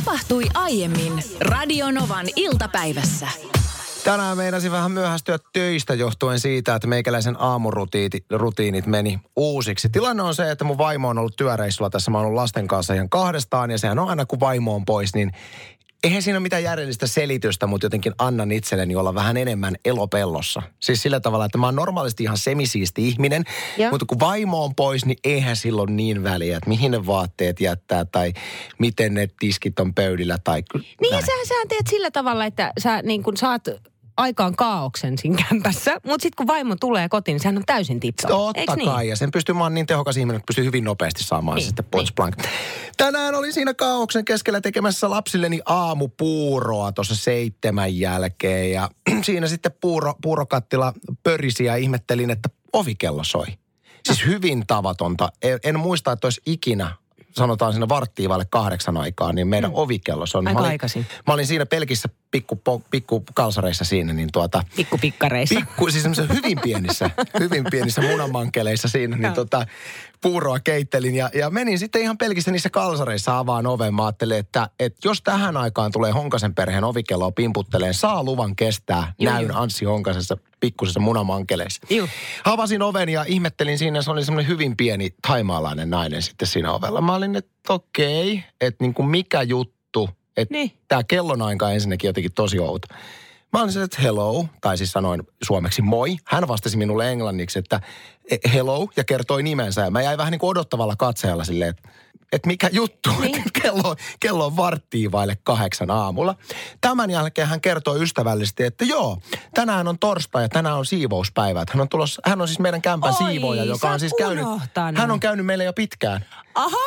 Tapahtui aiemmin Radionovan iltapäivässä. Tänään meinasin vähän myöhästyä töistä johtuen siitä, että meikäläisen aamurutiinit meni uusiksi. Tilanne on se, että mun vaimo on ollut työreissulla tässä. Mä oon ollut lasten kanssa ihan kahdestaan ja sehän on aina kun vaimo on pois, niin eihän siinä ole mitään järjellistä selitystä, mutta jotenkin annan itselleni olla vähän enemmän elopellossa. Siis sillä tavalla, että mä oon normaalisti ihan semisiisti ihminen, mutta kun vaimo on pois, niin eihän silloin niin väliä, että mihin ne vaatteet jättää tai miten ne tiskit on pöydillä tai niin ja sähän teet sillä tavalla, että sä niin kun saat aikaan kaaoksen siinä kämpässä, mutta sitten kun vaimo tulee kotiin, niin sehän on täysin tipsa. Totta kai, ja sen mä oon niin tehokas ihminen, että pystyy hyvin nopeasti saamaan niin, sitten points blank. Tänään olin siinä kaaoksen keskellä tekemässä lapsilleni aamupuuroa tuossa 7 jälkeen, ja siinä sitten puurokattila pörisi ja ihmettelin, että ovikello soi. Siis hyvin tavatonta. En muista, että olisi ikinä, sanotaan siinä 7:15 aikaan, niin meidän ovikello se on. Aika aikaisin. Mä olin siinä pelkissä pikku kalsareissa siinä, niin Pikkupikkareissa. Siis semmoisessa hyvin pienissä munamankeleissa siinä, niin puuroa keittelin ja menin sitten ihan pelkissä niissä kalsareissa avaan oven. Mä ajattelin, että jos tähän aikaan tulee Honkasen perheen ovikelloa pimputteleen, saa luvan kestää näyn Anssi Honkasessa pikkusessa munamankeleissa. Avasin oven ja ihmettelin siinä, se oli semmoinen hyvin pieni thaimaalainen nainen sitten siinä ovella. Mä olin, että okei, että niin kuin mikä juttu, että tämä kellonaika ensinnäkin jotenkin tosi outo. Mä olin että hello, tai siis sanoin suomeksi moi. Hän vastasi minulle englanniksi, että hello, ja kertoi nimensä. Ja mä jäin vähän niin kuin odottavalla katseella silleen, että mikä juttu, että kello on 7:15 aamulla. Tämän jälkeen hän kertoi ystävällisesti, että joo, tänään on torstai ja tänään on siivouspäivä. Hän on siis meidän kämpän siivooja, joka on siis hän on käynyt meillä jo pitkään. Aha.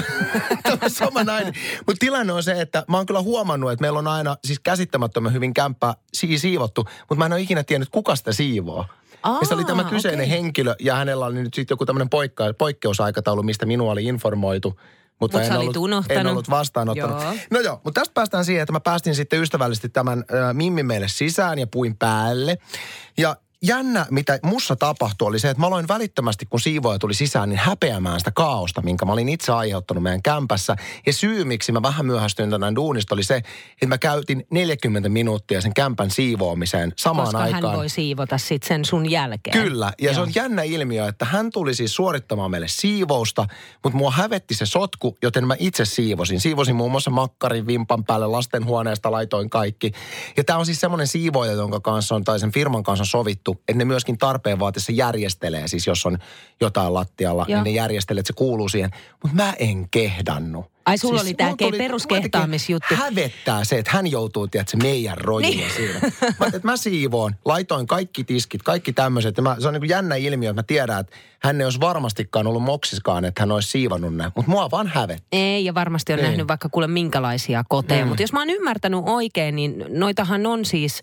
Tämä sama nainen. Mutta tilanne on se, että mä oon kyllä huomannut, että meillä on aina siis käsittämättömän hyvin kämppä siivottu, mutta mä en ole ikinä tiennyt, kuka sitä siivoo. Ja se oli tämä kyseinen henkilö ja hänellä oli nyt sitten joku tämmöinen poikkeusaikataulu, mistä minua oli informoitu. Mutta en ollut vastaanottanut. No joo, mutta tästä päästään siihen, että mä päästin sitten ystävällisesti tämän Mimmi meille sisään ja puin päälle. Ja jännä, mitä mussa tapahtui, oli se, että mä aloin välittömästi, kun siivooja tuli sisään, niin häpeämään sitä kaaosta, minkä mä olin itse aiheuttanut meidän kämpässä. Ja syy, miksi mä vähän myöhästyin tänään duunista, oli se, että mä käytin 40 minuuttia sen kämpän siivoamiseen samaan aikaan. Koska hän voi siivota sitten sen sun jälkeen. Kyllä, ja se on jännä ilmiö, että hän tuli siis suorittamaan meille siivousta, mutta mua hävetti se sotku, joten mä itse siivosin. Siivosin muun muassa makkarin vimpan päälle, lastenhuoneesta laitoin kaikki. Ja tää on siis semmoinen siivooja, jonka kanssa on, tai sen firman kanssa on sovittu, että ne myöskin tarpeen vaatessa järjestelee. Siis jos on jotain lattialla, niin ne järjestelee, että se kuuluu siihen. Mutta mä en kehdannut. Ai sulla oli tämä peruskehtaamisjuttu. Hävettää se, että hän joutuu, tiedätkö, meidän rojiin siinä. Mä siivoon, laitoin kaikki tiskit, kaikki tämmöiset. Se on niin kuin jännä ilmiö, että mä tiedän, että hän ei olisi varmastikaan ollut moksiskaan, että hän olisi siivannut ne. Mutta mua vaan hävettää. Ei, ja varmasti on nähnyt vaikka kuule minkälaisia koteja. Mutta jos mä oon ymmärtänyt oikein, niin noitahan on siis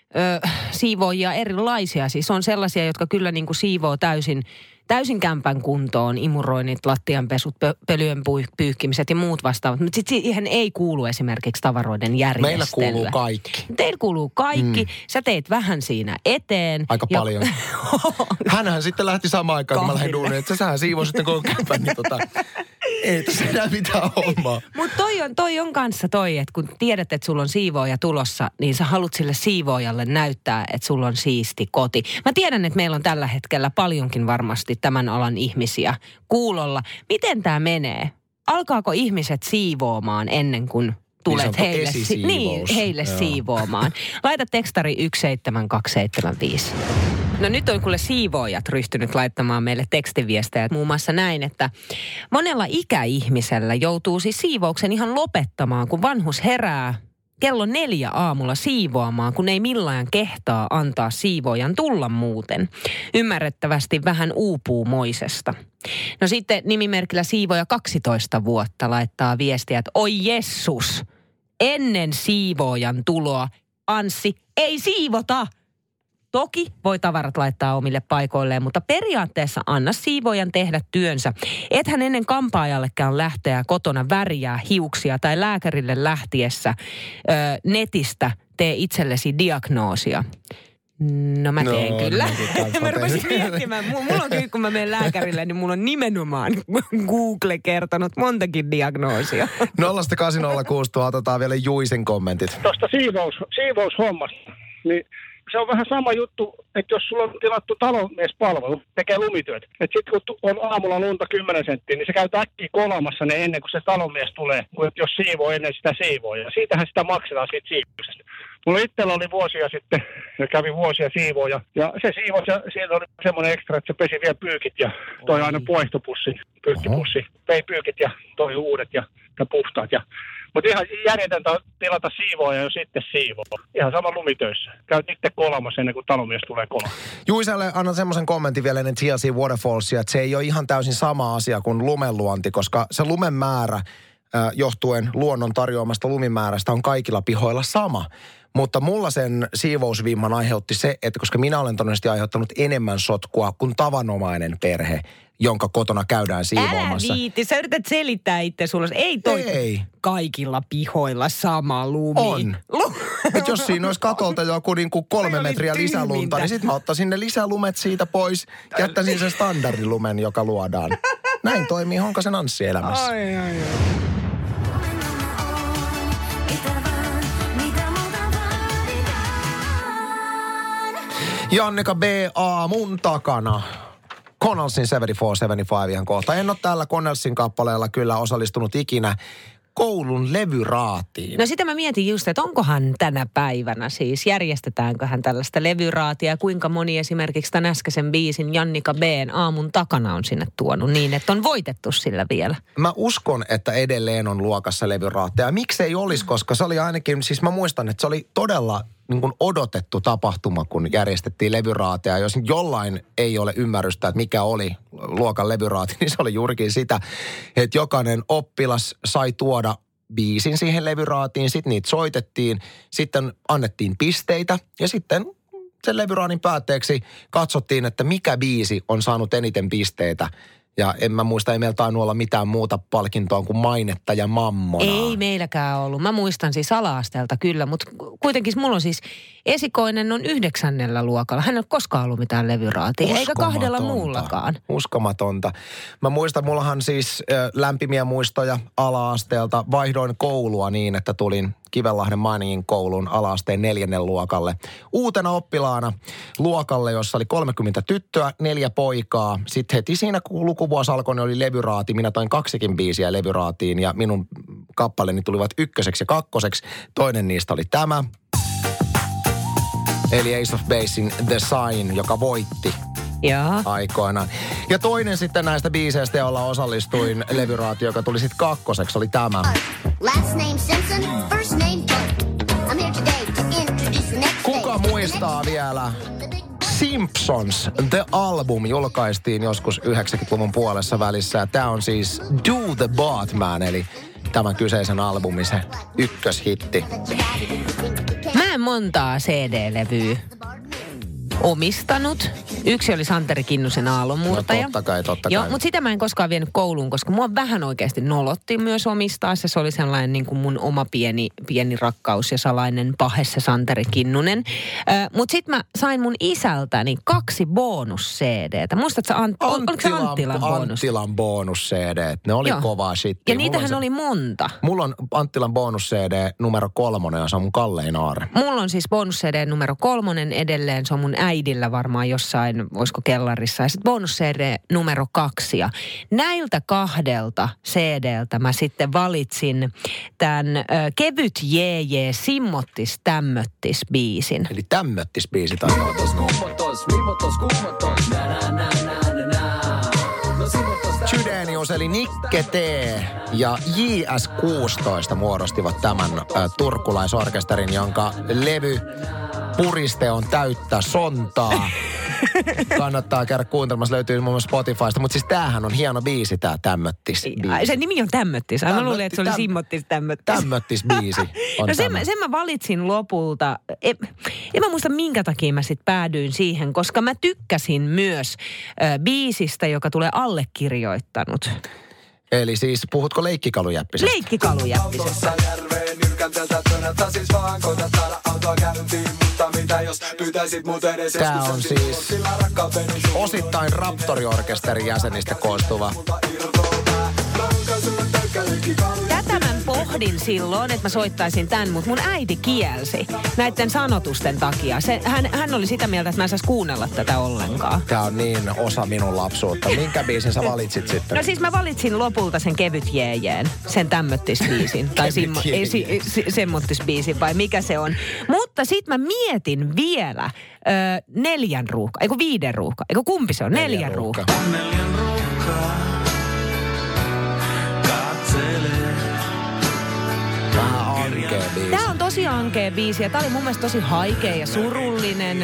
siivoojia erilaisia. Siis on sellaisia, jotka kyllä niin kuin siivoo täysin kämpän kuntoon, imuroinnit, lattianpesut, pölyjen pyyhkimiset ja muut vastaavat. Mutta sitten siihen ei kuulu esimerkiksi tavaroiden järjestelyä. Meillä kuuluu kaikki. Teillä kuuluu kaikki. Sä teet vähän siinä eteen. Aika paljon. Hänhän sitten lähti samaan aikaan, kun mä lähdin duuniin, että sähän siivoo sitten koko kämpän, niin ei tässä enää mitään hommaa. Mutta toi on kanssa että kun tiedät, että sulla on siivooja tulossa, niin sä haluat sille siivoojalle näyttää, että sulla on siisti koti. Mä tiedän, että meillä on tällä hetkellä paljonkin varmasti tämän alan ihmisiä kuulolla. Miten tämä menee? Alkaako ihmiset siivoamaan ennen kuin tulet heille siivoamaan? Laita tekstari 17275. No nyt on kuule siivoojat ryhtynyt laittamaan meille tekstiviestejä. Muun muassa näin, että monella ikäihmisellä joutuu siis siivouksen ihan lopettamaan, kun vanhus herää kello 4 aamulla siivoamaan, kun ei millään kehtaa antaa siivoojan tulla muuten. Ymmärrettävästi vähän uupuu moisesta. No sitten nimimerkillä siivoja 12 vuotta laittaa viestiä, että oi Jessus, ennen siivoojan tuloa Anssi ei siivota. Toki voi tavarat laittaa omille paikoilleen, mutta periaatteessa anna siivoojan tehdä työnsä. Ethän ennen kampaajallekään lähteä kotona värjää hiuksia tai lääkärille lähtiessä netistä tee itsellesi diagnoosia. No mä teen kyllä. Mä Mä rupesin miettimään. Mulla on kyllä, kun mä menen lääkärille, niin mulla on nimenomaan Google kertonut montakin diagnoosia. 0806000 otetaan vielä Juisen kommentit. Tuosta siivoushommasta, niin se on vähän sama juttu, että jos sulla on tilattu talonmiespalvelu, tekee lumityöt. Että sitten kun on aamulla lunta 10 senttiä, niin se käy äkkiä kolamassa ne ennen kuin se talonmies tulee, kun jos siivoo ennen sitä siivoo. Ja siitähän sitä maksetaan siitä siivoamisesta. Mulla itsellä oli vuosia sitten, ja kävi vuosia siivooja. Ja se siivos, ja siinä oli semmoinen ekstra, että se pesi vielä pyykit ja toi aina puehtopussi, pyykkipussi. Vei pyykit ja toi uudet ja puhtaat. Mutta ihan järjetöntä tilata siivooja jo sitten siivoo. Ihan sama lumitöissä. Käyt itse kolamassa ennen kuin talomies tulee kolaan. Juisalle annan semmoisen kommentin vielä ennen TLC Waterfallsia, että se ei ole ihan täysin sama asia kuin lumenluonti, koska se lumen määrä johtuen luonnon tarjoamasta lumimäärästä on kaikilla pihoilla sama. Mutta mulla sen siivousvimman aiheutti se, että koska minä olen todennäköisesti aiheuttanut enemmän sotkua kuin tavanomainen perhe, jonka kotona käydään siivoamassa. Älä viitti, sä yrität selittää itse sulle. Ei kaikilla pihoilla sama lumi. On. Että jos siinä olisi katolta joku niin kuin 3 metriä lisälunta, niin sitten mä ottaisin ne lisälumet siitä pois, jättäisin sen standardilumen, joka luodaan. Näin toimii Honkasen Anssi elämässä. Ai. Jannika B.A. mun takana. Connellsin 74-75 ihan kohta. En ole tällä Connellsin kappaleella kyllä osallistunut ikinä koulun levyraatiin. No sitä mä mietin just, että onkohan tänä päivänä siis, järjestetäänköhän tällaista levyraatia, kuinka moni esimerkiksi tämän äskeisen biisin Jannika B:n Aamun takana on sinne tuonut niin, että on voitettu sillä vielä. Mä uskon, että edelleen on luokassa levyraatteja. Miksei olisi, koska se oli ainakin, siis mä muistan, että se oli todella niin kuin odotettu tapahtuma, kun järjestettiin levyraateja. Jos jollain ei ole ymmärrystä, että mikä oli luokan levyraati, niin se oli juurikin sitä, että jokainen oppilas sai tuoda biisin siihen levyraatiin, sitten niitä soitettiin, sitten annettiin pisteitä ja sitten sen levyraatin päätteeksi katsottiin, että mikä biisi on saanut eniten pisteitä. Ja en mä muista, ei meillä tainnut olla mitään muuta palkintoa kuin mainetta ja mammonaa. Ei meilläkään ollut. Mä muistan siis ala-asteelta kyllä, mutta kuitenkin mulla on siis esikoinen on 9. luokalla. Hän ei ole koskaan ollut mitään levyraatia, eikä 2 muullakaan. Uskomatonta. Mä muistan, mullahan siis lämpimiä muistoja ala-asteelta. Vaihdoin koulua niin, että tulin Kivenlahden Mainingin koulun ala-asteen 4. luokalle. Uutena oppilaana luokalle, jossa oli 30 tyttöä, 4 poikaa. Sitten heti siinä, kun lukuvuosi alkoi, niin oli levyraati. Minä toin 2 biisiä levyraatiin ja minun kappaleeni tulivat 1. ja 2. Toinen niistä oli tämä. Eli Ace of Basein The Sign, joka voitti aikoinaan. Ja toinen sitten näistä biiseistä, jolla osallistuin levyraatio, joka tuli sitten 2, oli tämä. Last name Simpson, first name Buck. I'm here today to introduce the next Kuka muistaa vielä? Simpsons, The Album, julkaistiin joskus 90-luvun puolessa välissä. Tämä on siis Do the Batman, eli tämän kyseisen albumin se ykköshitti. Mä en montaa CD-levyä omistanut. Yksi oli Santeri Kinnusen Aallonmurtaja. No totta kai. Joo, mutta sitä mä en koskaan vienyt kouluun, koska mua vähän oikeasti nolotti myös omistaa. Se oli sellainen niin kuin mun oma pieni rakkaus ja salainen pahe, se Santeri Kinnunen. Mutta sitten mä sain mun isältäni 2 bonus-CDtä. Muistatko oliko se Anttilan bonus? Anttilan bonus-CD. Ne oli kovaa shittia. Ja niitähän oli monta. Mulla on Anttilan bonus-CD numero 3 ja se on mun kallein aarre. Mulla on siis bonus-CD numero 3 edelleen. Se on mun äidillä varmaan jossain, olisiko kellarissa. Ja sitten bonus-CD numero 2. Ja näiltä 2 CDltä mä sitten valitsin tämän Kevyt jeejee simmottis tämmöttis biisin. Eli tämmöttis biisi taitaa tuossa. Chydenius eli Nikke T ja JS16 muodostivat tämän turkulaisorkesterin, jonka levy puriste on täyttä sontaa. Kannattaa käydä kuuntelemassa, löytyy muun muassa Spotifysta. Mutta siis tämähän on hieno biisi, tämä Tämmöttis-biisi. Se nimi on Tämmöttis. Mä luulin, että se oli Simmottis Tämmöttis. Tämmöttis-biisi on no sen mä valitsin lopulta. En mä muista minkä takia mä sit päädyin siihen, koska mä tykkäsin myös biisistä, joka tulee allekirjoittanut. Eli siis puhutko Leikkikalujäppisestä? Leikkikalujäppisestä. Liikenteeltä työnnätä siis vaan, koita saada autoa käyntiin. Mutta mitä jos pyytäisit mut edes joskus. Tää on siis osittain Raptori-orkesterin jäsenistä koostuva. Tätä mä pohdin silloin, että mä soittaisin tän, mutta mun äiti kielsi näiden sanotusten takia. Hän oli sitä mieltä, että mä en saisi kuunnella tätä ollenkaan. Tää on niin osa minun lapsuutta. Minkä biisin sä valitsit sitten? No siis mä valitsin lopulta sen Kevyt jeejeen, sen tämmöttisbiisin. Tai semmottisbiisin vai mikä se on. Mutta sit mä mietin vielä 4 ruuhka, eiku 5 ruuhka, eiku kumpi se on? 4 ruuhka. 4 ruuhkaa. Vähän ankea biisi. Tää on tosi ankea biisi ja tää oli mun mielestä tosi haikea ja surullinen.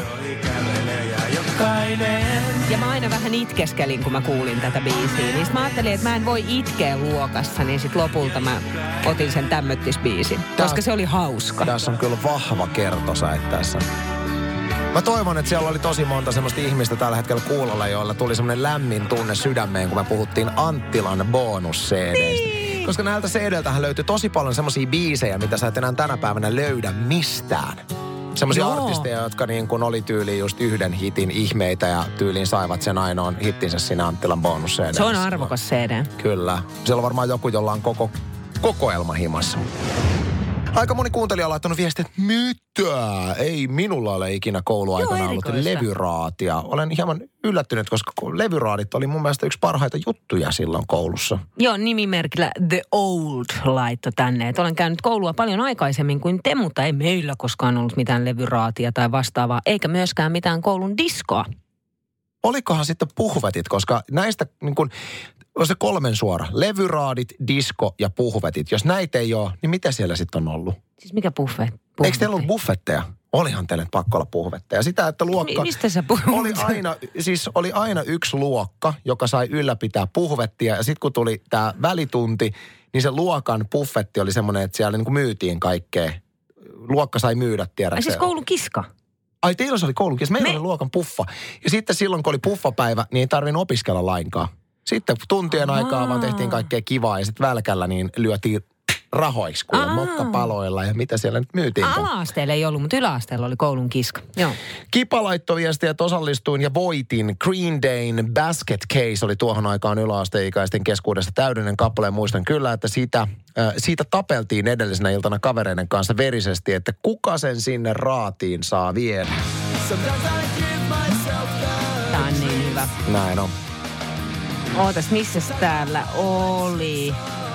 Ja mä aina vähän itkeskelin, kun mä kuulin tätä biisiä. Niin sit mä ajattelin, että mä en voi itkeä luokassa, niin sit lopulta mä otin sen tämmöttisbiisin. Koska se oli hauska. Tässä on kyllä vahva kertosäe tässä. Mä toivon, että siellä oli tosi monta semmoista ihmistä tällä hetkellä kuulolla, joilla tuli semmoinen lämmin tunne sydämeen, kun me puhuttiin Anttilan bonus-CDistä. Niin. Koska näiltä CD-ltähän löytyi tosi paljon semmoisia biisejä, mitä sä et enää tänä päivänä löydä mistään. Semmoisia artisteja, jotka niin kuin oli tyyliin just yhden hitin ihmeitä ja tyyliin saivat sen ainoan hittinsä siinä Anttilan bonus-CD:ssä. Se on arvokas CD. Kyllä. Siellä on varmaan joku, jolla on koko kokoelma himassa. Aika moni kuuntelija on laittanut viestiä, että mitä? Ei minulla ole ikinä kouluaikana ollut levyraatia. Olen hieman yllättynyt, koska levyraadit oli mun mielestä yksi parhaita juttuja silloin koulussa. Joo, nimimerkillä The Old laitto tänne. Et olen käynyt koulua paljon aikaisemmin kuin te, mutta ei meillä koskaan ollut mitään levyraatia tai vastaavaa, eikä myöskään mitään koulun diskoa. Olikohan sitten puhvetit, koska näistä niin kuin, on se 3 suora. Levyraadit, disko ja puhvetit. Jos näitä ei ole, niin mitä siellä sitten on ollut? Siis mikä puhvetti? Eikö teillä ollut buffetteja? Olihan teille pakko olla puhvetteja. Sitä, että luokka... Mistä sä puhut? Oli aina yksi luokka, joka sai ylläpitää puhvettia. Ja sitten kun tuli tämä välitunti, niin se luokan buffetti oli semmoinen, että siellä niin kuin myytiin kaikkea. Luokka sai myydä, tiedätkö? Siis koulun kiska? Ai teillä se oli koulukies. Meillä oli luokan puffa. Ja sitten silloin, kun oli puffapäivä, niin ei tarvinnut opiskella lainkaan. Sitten tuntien aikaa vaan tehtiin kaikkea kivaa ja sitten välkällä niin lyötiin rahoiksi kuule mokkapaloilla ja mitä siellä nyt myytiin. Ala-asteella ei ollut, mutta yläasteella oli koulun kiska. Joo. Kipa laittoi viestiä, että osallistuin ja voitin. Green Dayn Basket Case oli tuohon aikaan yläasteikäisten keskuudessa täydellinen kappale. Muistan kyllä, että siitä tapeltiin edellisenä iltana kavereiden kanssa verisesti, että kuka sen sinne raatiin saa viedä. Tää on niin hyvä. Näin on. Ootas, missä täällä oli?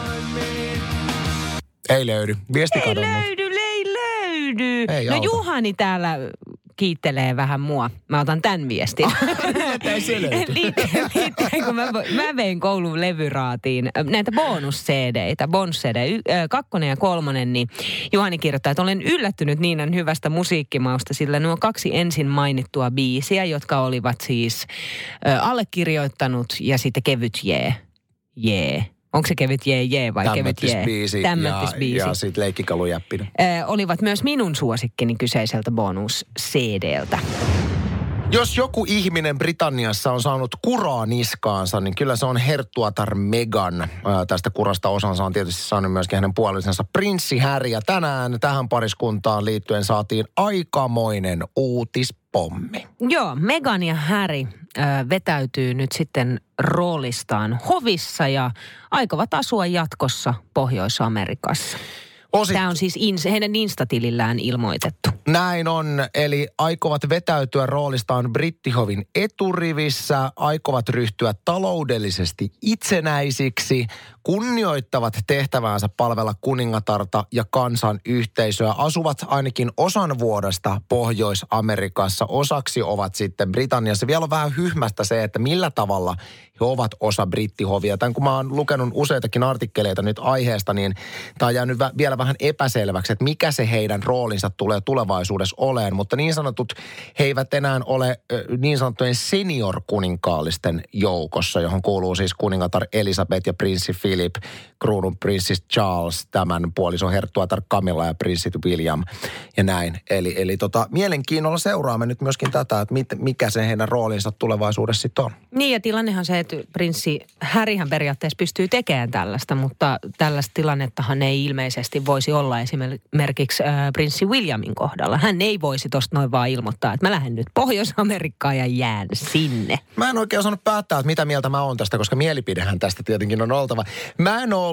Ei löydy. Viesti kadonnut. Ei löydy. Ei no auta. Juhani täällä kiittelee vähän mua. Mä otan tän viestin. Ei se löydy. Liittyen, kun mä vein koulun levyraatiin näitä bonus-CDitä, bonus-CD 2 ja 3, niin Juhani kirjoittaa, että olen yllättynyt Niinan hyvästä musiikkimausta, sillä nuo 2 ensin mainittua biisiä, jotka olivat siis allekirjoittanut ja sitten Kevyt jee. Onko se Kevyt jee vai Kevyt jee? Tämmöttisbiisi. Ja sitten Leikkikalu-jäppinen. Olivat myös minun suosikkini kyseiseltä bonus-CDltä. Jos joku ihminen Britanniassa on saanut kuraa niskaansa, niin kyllä se on herttuatar Meghan. Tästä kurasta osansa on tietysti saanut myöskin hänen puolisensa prinssi Harry. Ja tänään tähän pariskuntaan liittyen saatiin aikamoinen uutispommi. Joo, Meghan ja Harry vetäytyy nyt sitten roolistaan hovissa ja aikovat asua jatkossa Pohjois-Amerikassa. Tämä on siis heidän Insta-tilillään ilmoitettu. Näin on, eli aikovat vetäytyä roolistaan brittihovin eturivissä, aikovat ryhtyä taloudellisesti itsenäisiksi, kunnioittavat tehtäväänsä palvella kuningatarta ja kansan yhteisöä, asuvat ainakin osan vuodesta Pohjois-Amerikassa, osaksi ovat sitten Britanniassa. Vielä on vähän hyhmästä se, että millä tavalla he ovat osa brittihovia. Tämän kun mä oon lukenut useitakin artikkeleita nyt aiheesta, niin tämä on jäänyt vielä vähän epäselväksi, että mikä se heidän roolinsa tulee tulevaisuudessa oleen. Mutta niin sanotut, he eivät enää ole niin sanottujen senior-kuninkaallisten joukossa, johon kuuluu siis kuningatar Elisabeth ja prinssi Philip. Philip, kruununprinssi Charles, tämän puolison herttuatar Camilla ja prinssit William ja näin. Eli mielenkiinnolla seuraamme nyt myöskin tätä, että mikä se heidän roolinsa tulevaisuudessa sitten on. Niin ja tilannehan se, että prinssi Harryhän periaatteessa pystyy tekemään tällaista, mutta tällaista tilannettahan ei ilmeisesti voisi olla esimerkiksi prinssi Williamin kohdalla. Hän ei voisi tosta noin vaan ilmoittaa, että mä lähden nyt Pohjois-Amerikkaan ja jään sinne. Mä en oikein osannut päättää, että mitä mieltä mä oon tästä, koska mielipidehän tästä tietenkin on oltava. Mä en ole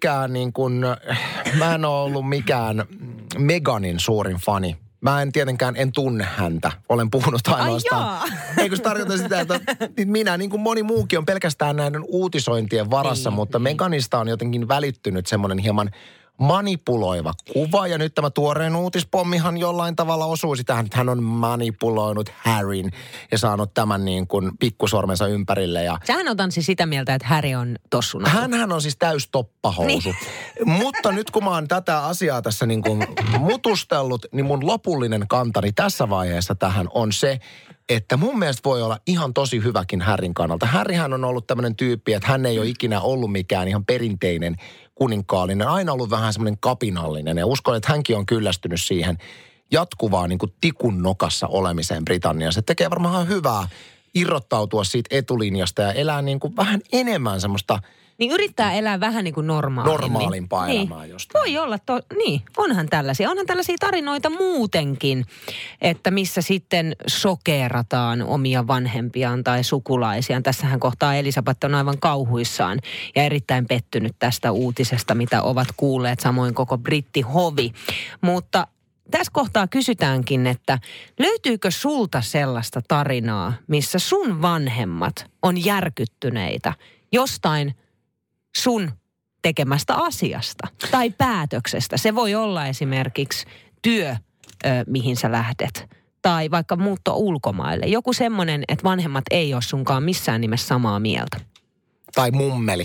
ollut mikään Meghanin suurin fani. Mä en tunne häntä. Olen puhunut ainoastaan. Eikö se tarkoita sitä, että minä, niin kuin moni muukin, on pelkästään näiden uutisointien varassa, mutta Meghanista on jotenkin välittynyt semmoinen hieman manipuloiva kuva. Ja nyt tämä tuoreen uutispommihan jollain tavalla osuisi tähän, että hän on manipuloinut Harryn ja saanut tämän niin kuin pikkusormensa ympärille. Ja sähän otan siis sitä mieltä, että Harry on tossuna. Hänhän on siis täys toppahousu. Niin. Mutta nyt kun mä oon tätä asiaa tässä niin kuin mutustellut, niin mun lopullinen kantani tässä vaiheessa tähän on se, että mun mielestä voi olla ihan tosi hyväkin Harryn kannalta. Harryhän on ollut tämmöinen tyyppi, että hän ei ole ikinä ollut mikään ihan perinteinen kuninkaallinen, aina ollut vähän semmoinen kapinallinen. Ja uskon, että hänkin on kyllästynyt siihen jatkuvaan niin kuin tikun nokassa olemiseen Britanniassa. Se tekee varmaan hyvää irrottautua siitä etulinjasta ja elää niin kuin vähän enemmän semmoista niin yrittää elää vähän niin kuin normaalimpaa elämää jostain. Voi olla, onhan tällaisia tarinoita muutenkin, että missä sitten sokeerataan omia vanhempiaan tai sukulaisiaan. Tässähän kohtaa Elisabeth on aivan kauhuissaan ja erittäin pettynyt tästä uutisesta, mitä ovat kuulleet, samoin koko brittihovi. Mutta tässä kohtaa kysytäänkin, että löytyykö sulta sellaista tarinaa, missä sun vanhemmat on järkyttyneitä jostain sun tekemästä asiasta tai päätöksestä. Se voi olla esimerkiksi työ, mihin sä lähdet. Tai vaikka muutto ulkomaille. Joku semmoinen, että vanhemmat ei ole sunkaan missään nimessä samaa mieltä. Tai mummeli.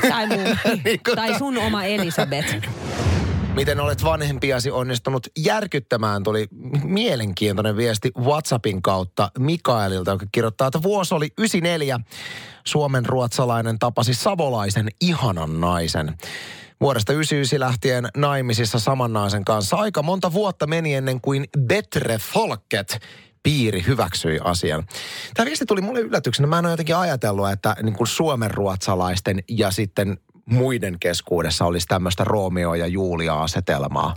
Tai sun oma Elisabeth. Miten olet vanhempiasi onnistunut järkyttämään, tuli mielenkiintoinen viesti WhatsAppin kautta Mikaelilta, joka kirjoittaa, että vuosi oli 94. Suomen ruotsalainen tapasi savolaisen ihanan naisen. Vuodesta 99 lähtien naimisissa saman naisen kanssa. Aika monta vuotta meni ennen kuin Bättre Folket piiri hyväksyi asian. Tämä viesti tuli mulle yllätyksenä. Mä en ole jotenkin ajatellut, että niin kuin suomen ruotsalaisten ja sitten muiden keskuudessa olisi tämmöistä Romeo ja Julia-asetelmaa.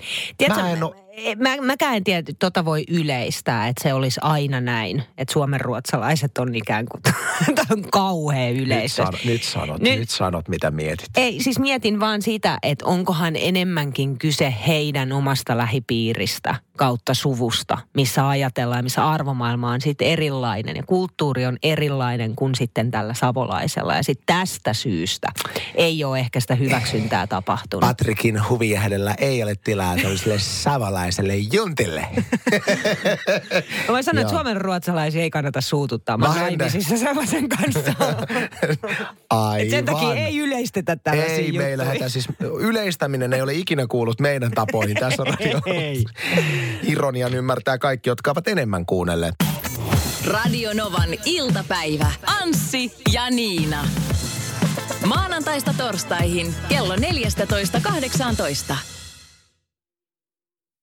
Mäkään en tiedä, että voi yleistää, että se olisi aina näin, että suomenruotsalaiset on ikään kuin kauhean yleistä. Nyt sanot, mitä mietit. Ei, siis mietin vaan sitä, että onkohan enemmänkin kyse heidän omasta lähipiiristä kautta suvusta, missä ajatellaan, missä arvomaailma on sitten erilainen ja kulttuuri on erilainen kuin sitten tällä savolaisella. Ja sitten tästä syystä ei ole ehkä sitä hyväksyntää tapahtunut. Patrikin huvijahdella ei ole tilaa tällaiselle savolaiselle juntille. Mä voin sanoa, että suomenruotsalaisia ei kannata suututtaa. Mä naimisissa sellaisen kanssa. Aivan. Sen takia ei yleistetä tällaisia juttuja. Ei meillä hätä. Siis yleistäminen ei ole ikinä kuullut meidän tapoihin tässä radiossa. Ei. Ironian ymmärtää kaikki, jotka ovat enemmän kuunnelleet. Radio Novan iltapäivä. Anssi ja Niina. Maanantaista torstaihin kello 14.18.